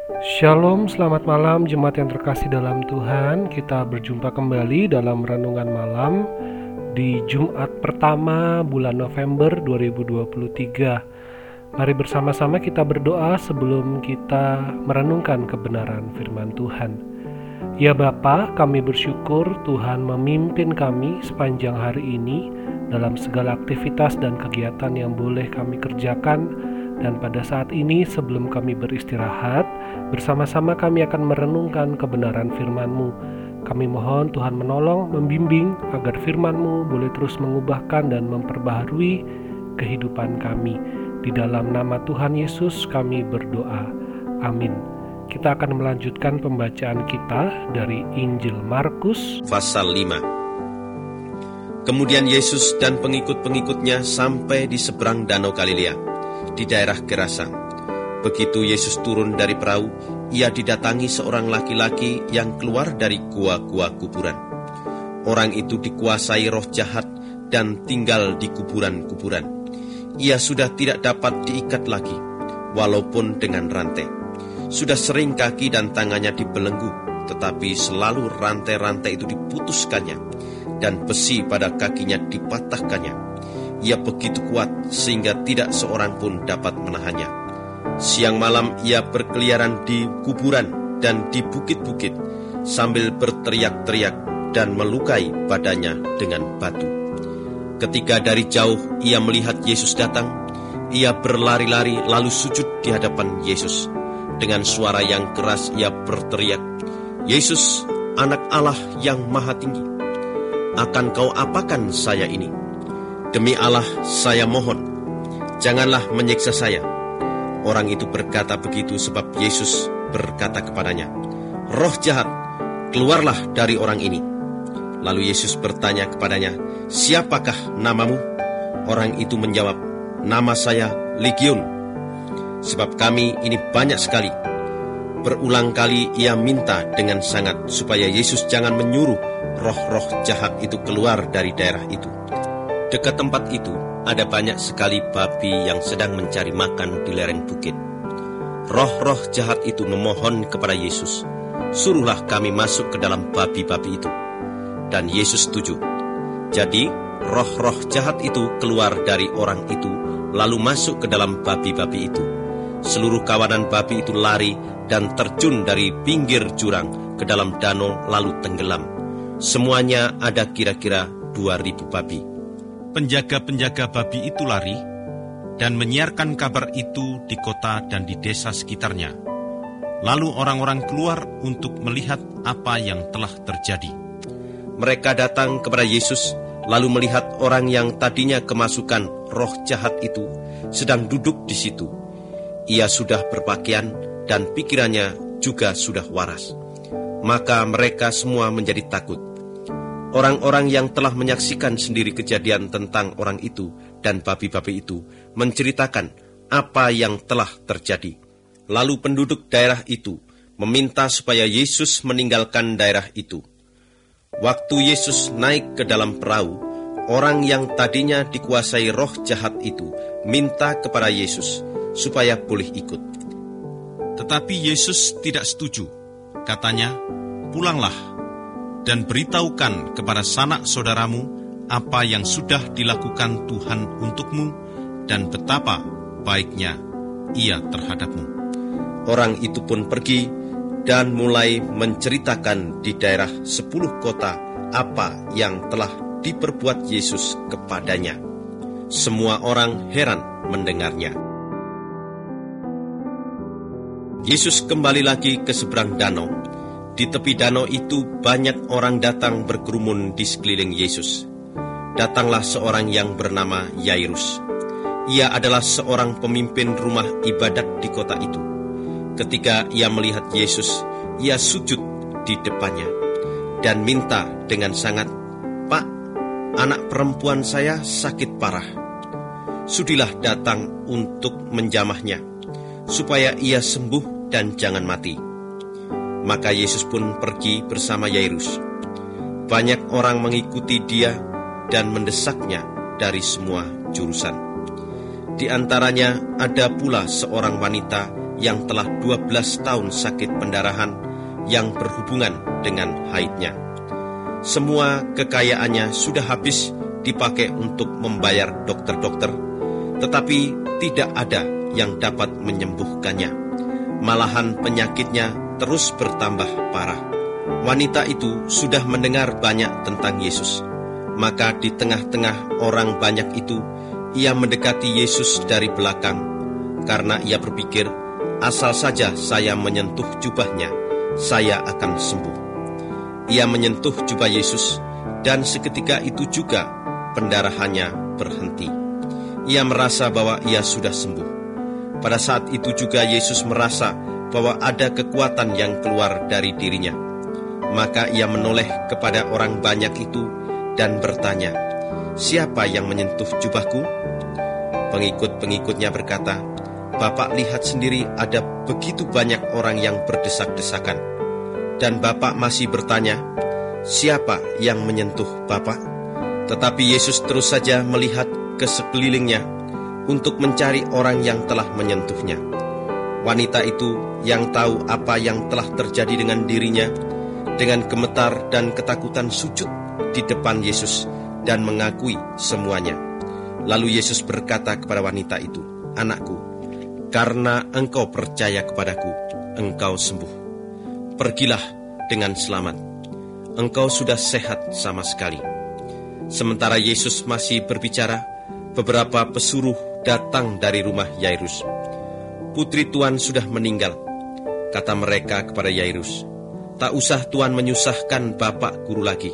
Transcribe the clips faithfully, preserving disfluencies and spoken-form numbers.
Shalom, selamat malam jemaat yang terkasih dalam Tuhan. Kita berjumpa kembali dalam renungan malam di Jumat pertama bulan November dua ribu dua puluh tiga. Mari bersama-sama kita berdoa sebelum kita merenungkan kebenaran firman Tuhan. Ya Bapa, kami bersyukur Tuhan memimpin kami sepanjang hari ini dalam segala aktivitas dan kegiatan yang boleh kami kerjakan. Dan pada saat ini sebelum kami beristirahat, bersama-sama kami akan merenungkan kebenaran firman-Mu. Kami mohon Tuhan menolong, membimbing agar firman-Mu boleh terus mengubahkan dan memperbaharui kehidupan kami. Di dalam nama Tuhan Yesus kami berdoa. Amin. Kita akan melanjutkan pembacaan kita dari Injil Markus pasal lima. Kemudian Yesus dan pengikut-pengikutnya sampai di seberang Danau Galilea, di daerah Gerasa. Begitu Yesus turun dari perahu, ia didatangi seorang laki-laki yang keluar dari gua-gua kuburan. Orang itu dikuasai roh jahat dan tinggal di kuburan-kuburan. Ia sudah tidak dapat diikat lagi, walaupun dengan rantai. Sudah sering kaki dan tangannya dibelenggu, tetapi selalu rantai-rantai itu diputuskannya, dan besi pada kakinya dipatahkannya. Ia begitu kuat sehingga tidak seorang pun dapat menahannya. Siang malam ia berkeliaran di kuburan dan di bukit-bukit sambil berteriak-teriak dan melukai badannya dengan batu. Ketika dari jauh ia melihat Yesus datang, ia berlari-lari lalu sujud di hadapan Yesus. Dengan suara yang keras ia berteriak, "Yesus, Anak Allah yang Maha Tinggi, akan kau apakan saya ini? Demi Allah, saya mohon, janganlah menyiksa saya." Orang itu berkata begitu sebab Yesus berkata kepadanya, "Roh jahat, keluarlah dari orang ini." Lalu Yesus bertanya kepadanya, "Siapakah namamu?" Orang itu menjawab, "Nama saya Legiun, sebab kami ini banyak sekali." Berulang kali ia minta dengan sangat supaya Yesus jangan menyuruh roh-roh jahat itu keluar dari daerah itu. Dekat tempat itu ada banyak sekali babi yang sedang mencari makan di lereng bukit. Roh-roh jahat itu memohon kepada Yesus, "Suruhlah kami masuk ke dalam babi-babi itu." Dan Yesus setuju. Jadi roh-roh jahat itu keluar dari orang itu lalu masuk ke dalam babi-babi itu. Seluruh kawanan babi itu lari dan terjun dari pinggir jurang ke dalam danau lalu tenggelam. Semuanya ada kira-kira dua ribu babi. Penjaga-penjaga babi itu lari dan menyiarkan kabar itu di kota dan di desa sekitarnya. Lalu orang-orang keluar untuk melihat apa yang telah terjadi. Mereka datang kepada Yesus, lalu melihat orang yang tadinya kemasukan roh jahat itu sedang duduk di situ. Ia sudah berpakaian dan pikirannya juga sudah waras. Maka mereka semua menjadi takut. Orang-orang yang telah menyaksikan sendiri kejadian tentang orang itu dan babi-babi itu menceritakan apa yang telah terjadi. Lalu penduduk daerah itu meminta supaya Yesus meninggalkan daerah itu. Waktu Yesus naik ke dalam perahu, orang yang tadinya dikuasai roh jahat itu minta kepada Yesus supaya boleh ikut. Tetapi Yesus tidak setuju. Katanya, "Pulanglah dan beritahukan kepada sanak saudaramu apa yang sudah dilakukan Tuhan untukmu dan betapa baiknya Ia terhadapmu." Orang itu pun pergi dan mulai menceritakan di daerah sepuluh kota apa yang telah diperbuat Yesus kepadanya. Semua orang heran mendengarnya. Yesus kembali lagi ke seberang danau. Di tepi danau itu banyak orang datang berkerumun di sekeliling Yesus. Datanglah seorang yang bernama Yairus. Ia adalah seorang pemimpin rumah ibadat di kota itu. Ketika ia melihat Yesus, ia sujud di depannya dan minta dengan sangat, "Pak, anak perempuan saya sakit parah. Sudilah datang untuk menjamahnya, supaya ia sembuh dan jangan mati." Maka Yesus pun pergi bersama Yairus. Banyak orang mengikuti dia dan mendesaknya dari semua jurusan. Di antaranya ada pula seorang wanita yang telah dua belas tahun sakit pendarahan yang berhubungan dengan haidnya. Semua kekayaannya sudah habis dipakai untuk membayar dokter-dokter, tetapi tidak ada yang dapat menyembuhkannya. Malahan penyakitnya terus bertambah parah. Wanita itu sudah mendengar banyak tentang Yesus. Maka di tengah-tengah orang banyak itu, ia mendekati Yesus dari belakang, karena ia berpikir, asal saja saya menyentuh jubahnya, saya akan sembuh. Ia menyentuh jubah Yesus, dan seketika itu juga pendarahannya berhenti. Ia merasa bahwa ia sudah sembuh. Pada saat itu juga Yesus merasa bahwa ada kekuatan yang keluar dari dirinya. Maka ia menoleh kepada orang banyak itu dan bertanya, siapa yang menyentuh jubahku? Pengikut-pengikutnya berkata, Bapak lihat sendiri ada begitu banyak orang yang berdesak-desakan. Dan Bapak masih bertanya, siapa yang menyentuh Bapak? Tetapi Yesus terus saja melihat ke sekelilingnya untuk mencari orang yang telah menyentuhnya. Wanita itu yang tahu apa yang telah terjadi dengan dirinya, dengan gemetar dan ketakutan sujud di depan Yesus dan mengakui semuanya. Lalu Yesus berkata kepada wanita itu, anakku, karena engkau percaya kepadaku, engkau sembuh. Pergilah dengan selamat. Engkau sudah sehat sama sekali. Sementara Yesus masih berbicara, beberapa pesuruh datang dari rumah Yairus. Putri Tuhan sudah meninggal, kata mereka kepada Yairus. Tak usah Tuhan menyusahkan Bapak Guru lagi.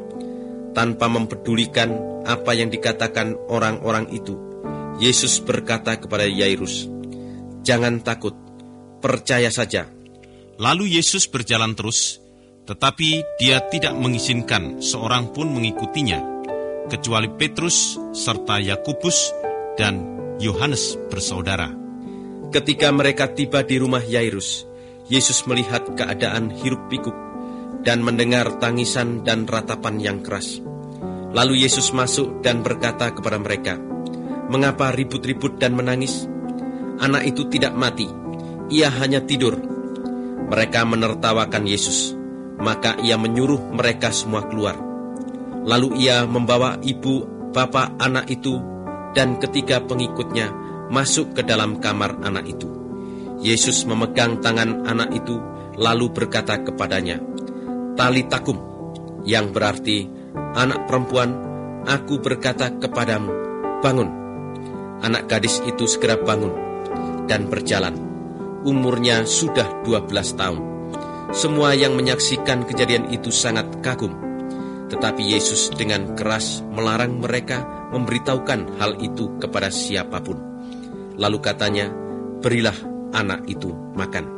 Tanpa mempedulikan apa yang dikatakan orang-orang itu, Yesus berkata kepada Yairus, jangan takut, percaya saja. Lalu Yesus berjalan terus, tetapi dia tidak mengizinkan seorang pun mengikutinya, kecuali Petrus serta Yakobus dan Yohanes bersaudara. Ketika mereka tiba di rumah Yairus, Yesus melihat keadaan hiruk-pikuk dan mendengar tangisan dan ratapan yang keras. Lalu Yesus masuk dan berkata kepada mereka, mengapa ribut-ribut dan menangis? Anak itu tidak mati, ia hanya tidur. Mereka menertawakan Yesus, maka ia menyuruh mereka semua keluar. Lalu ia membawa ibu bapa anak itu dan ketiga pengikutnya masuk ke dalam kamar anak itu. Yesus memegang tangan anak itu lalu berkata kepadanya, Talitakum, yang berarti, anak perempuan, aku berkata kepadamu, bangun. Anak gadis itu segera bangun dan berjalan. Umurnya sudah dua belas tahun. Semua yang menyaksikan kejadian itu sangat kagum. Tetapi Yesus dengan keras melarang mereka memberitahukan hal itu kepada siapapun. Lalu katanya, berilah anak itu makan.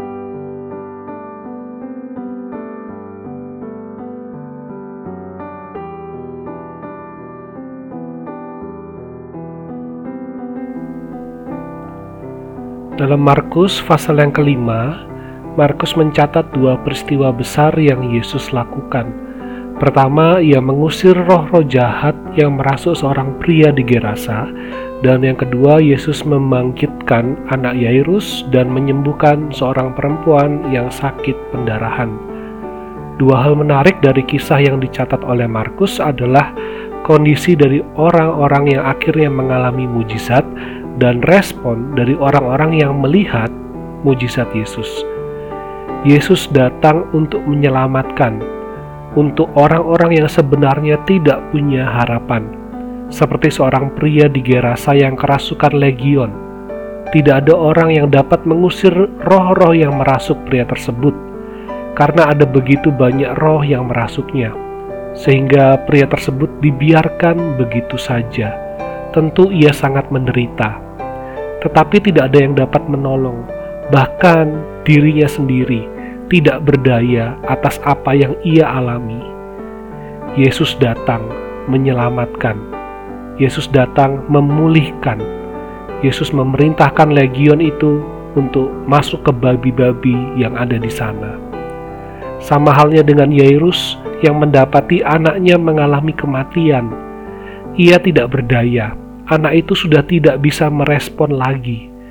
Dalam Markus pasal yang kelima, Markus mencatat dua peristiwa besar yang Yesus lakukan. Pertama, ia mengusir roh-roh jahat yang merasuk seorang pria di Gerasa, dan yang kedua, Yesus membangkitkan anak Yairus dan menyembuhkan seorang perempuan yang sakit pendarahan. Dua hal menarik dari kisah yang dicatat oleh Markus adalah kondisi dari orang-orang yang akhirnya mengalami mujizat dan respon dari orang-orang yang melihat mujizat Yesus. Yesus datang untuk menyelamatkan, untuk orang-orang yang sebenarnya tidak punya harapan, seperti seorang pria di Gerasa yang kerasukan legion. Tidak ada orang yang dapat mengusir roh-roh yang merasuk pria tersebut, karena ada begitu banyak roh yang merasuknya, sehingga pria tersebut dibiarkan begitu saja. Tentu ia sangat menderita, tetapi tidak ada yang dapat menolong. Bahkan dirinya sendiri tidak berdaya atas apa yang ia alami. Yesus datang menyelamatkan. Yesus datang memulihkan. Yesus memerintahkan legion itu untuk masuk ke babi-babi yang ada di sana. Sama halnya dengan Yairus yang mendapati anaknya mengalami kematian. Ia tidak berdaya. Anak itu sudah tidak bisa merespon lagi.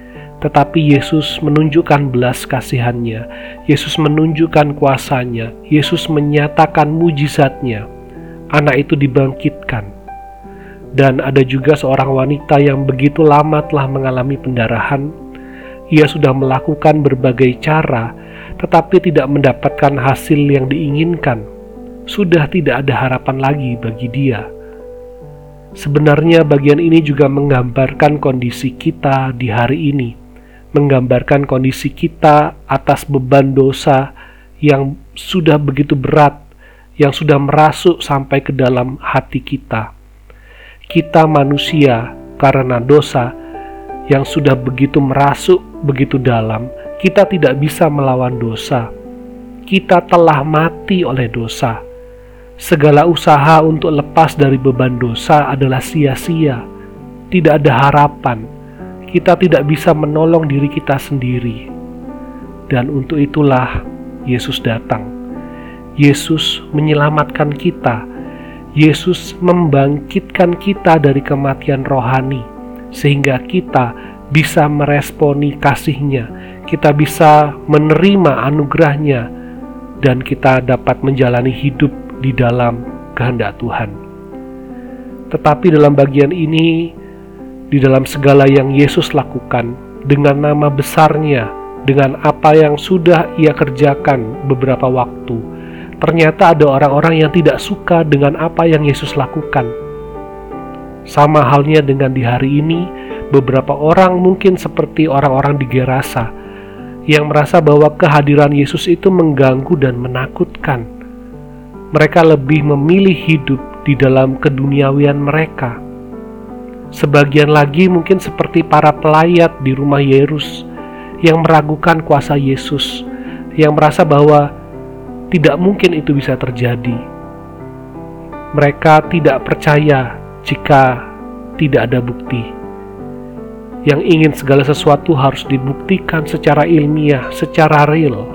tetapi Yesus menunjukkan belas kasihannya, Yesus menunjukkan kuasanya, Yesus menyatakan mujizatnya. Anak itu dibangkitkan. Dan ada juga seorang wanita yang begitu lama telah mengalami pendarahan. Ia sudah melakukan berbagai cara, tetapi tidak mendapatkan hasil yang diinginkan. Sudah tidak ada harapan lagi bagi dia. Sebenarnya bagian ini juga menggambarkan kondisi kita di hari ini, menggambarkan kondisi kita atas beban dosa yang sudah begitu berat, yang sudah merasuk sampai ke dalam hati kita. Kita manusia karena dosa yang sudah begitu merasuk, begitu dalam, kita tidak bisa melawan dosa. Kita telah mati oleh dosa. Segala usaha untuk lepas dari beban dosa adalah sia-sia. Tidak ada harapan. Kita tidak bisa menolong diri kita sendiri. Dan untuk itulah Yesus datang. Yesus menyelamatkan kita. Yesus membangkitkan kita dari kematian rohani, sehingga kita bisa meresponi kasih-Nya, kita bisa menerima anugerah-Nya, dan kita dapat menjalani hidup di dalam kehendak Tuhan. Tetapi dalam bagian ini, di dalam segala yang Yesus lakukan, dengan nama besarnya, dengan apa yang sudah Ia kerjakan beberapa waktu, ternyata ada orang-orang yang tidak suka dengan apa yang Yesus lakukan. Sama halnya dengan di hari ini, beberapa orang mungkin seperti orang-orang di Gerasa, yang merasa bahwa kehadiran Yesus itu mengganggu dan menakutkan. Mereka lebih memilih hidup di dalam keduniawian mereka. Sebagian lagi mungkin seperti para pelayat di rumah Yairus yang meragukan kuasa Yesus, yang merasa bahwa tidak mungkin itu bisa terjadi. Mereka tidak percaya jika tidak ada bukti. Yang ingin segala sesuatu harus dibuktikan secara ilmiah, secara real.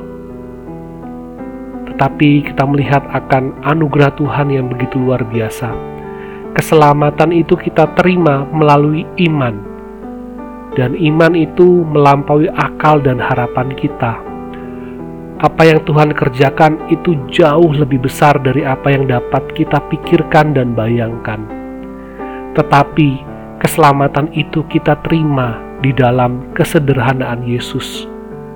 Tetapi kita melihat akan anugerah Tuhan yang begitu luar biasa. Keselamatan itu kita terima melalui iman. Dan iman itu melampaui akal dan harapan kita. Apa yang Tuhan kerjakan itu jauh lebih besar dari apa yang dapat kita pikirkan dan bayangkan. Tetapi keselamatan itu kita terima di dalam kesederhanaan Yesus.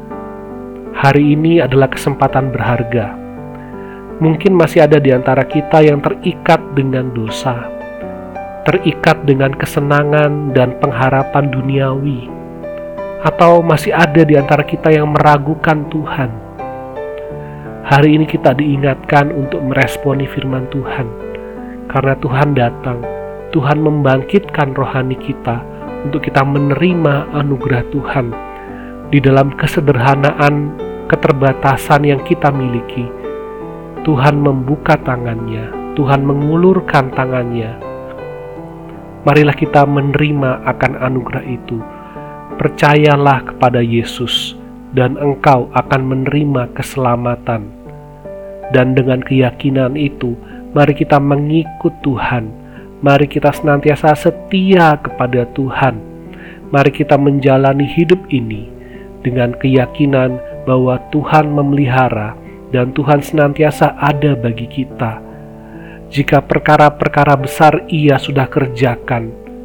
Hari ini adalah kesempatan berharga. Mungkin masih ada di antara kita yang terikat dengan dosa, terikat dengan kesenangan dan pengharapan duniawi, atau masih ada di antara kita yang meragukan Tuhan. Hari ini kita diingatkan untuk meresponi firman Tuhan, karena Tuhan datang, Tuhan membangkitkan rohani kita untuk kita menerima anugerah Tuhan di dalam kesederhanaan, keterbatasan yang kita miliki. Tuhan membuka tangannya, Tuhan mengulurkan tangannya. Marilah kita menerima akan anugerah itu. Percayalah kepada Yesus, dan engkau akan menerima keselamatan. Dan dengan keyakinan itu, mari kita mengikut Tuhan. Mari kita senantiasa setia kepada Tuhan. Mari kita menjalani hidup ini dengan keyakinan bahwa Tuhan memelihara dan Tuhan senantiasa ada bagi kita. Jika perkara-perkara besar Ia sudah kerjakan,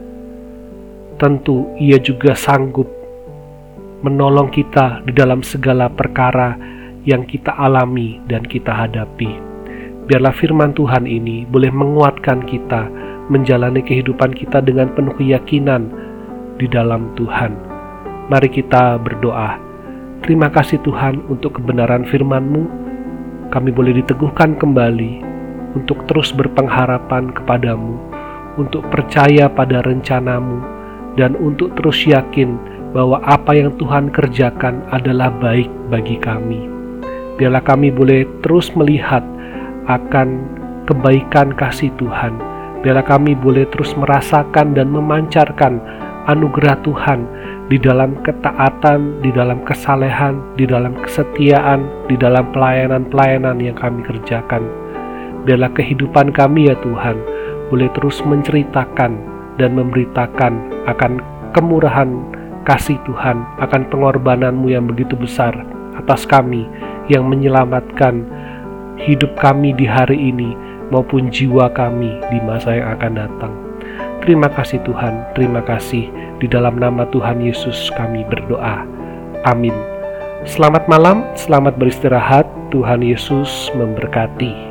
tentu Ia juga sanggup menolong kita di dalam segala perkara yang kita alami dan kita hadapi. Biarlah firman Tuhan ini boleh menguatkan kita menjalani kehidupan kita dengan penuh keyakinan di dalam Tuhan. Mari kita berdoa. Terima kasih Tuhan untuk kebenaran firman-Mu. Kami boleh diteguhkan kembali untuk terus berpengharapan kepadamu, untuk percaya pada rencanamu, dan untuk terus yakin bahwa apa yang Tuhan kerjakan adalah baik bagi kami. Biarlah kami boleh terus melihat akan kebaikan kasih Tuhan. Biarlah kami boleh terus merasakan dan memancarkan anugerah Tuhan di dalam ketaatan, di dalam kesalehan, di dalam kesetiaan, di dalam pelayanan-pelayanan yang kami kerjakan. Biarlah kehidupan kami ya Tuhan boleh terus menceritakan dan memberitakan akan kemurahan kasih Tuhan, akan pengorbanan-Mu yang begitu besar atas kami, yang menyelamatkan hidup kami di hari ini maupun jiwa kami di masa yang akan datang. Terima kasih Tuhan, terima kasih. Di dalam nama Tuhan Yesus kami berdoa. Amin. Selamat malam, selamat beristirahat. Tuhan Yesus memberkati.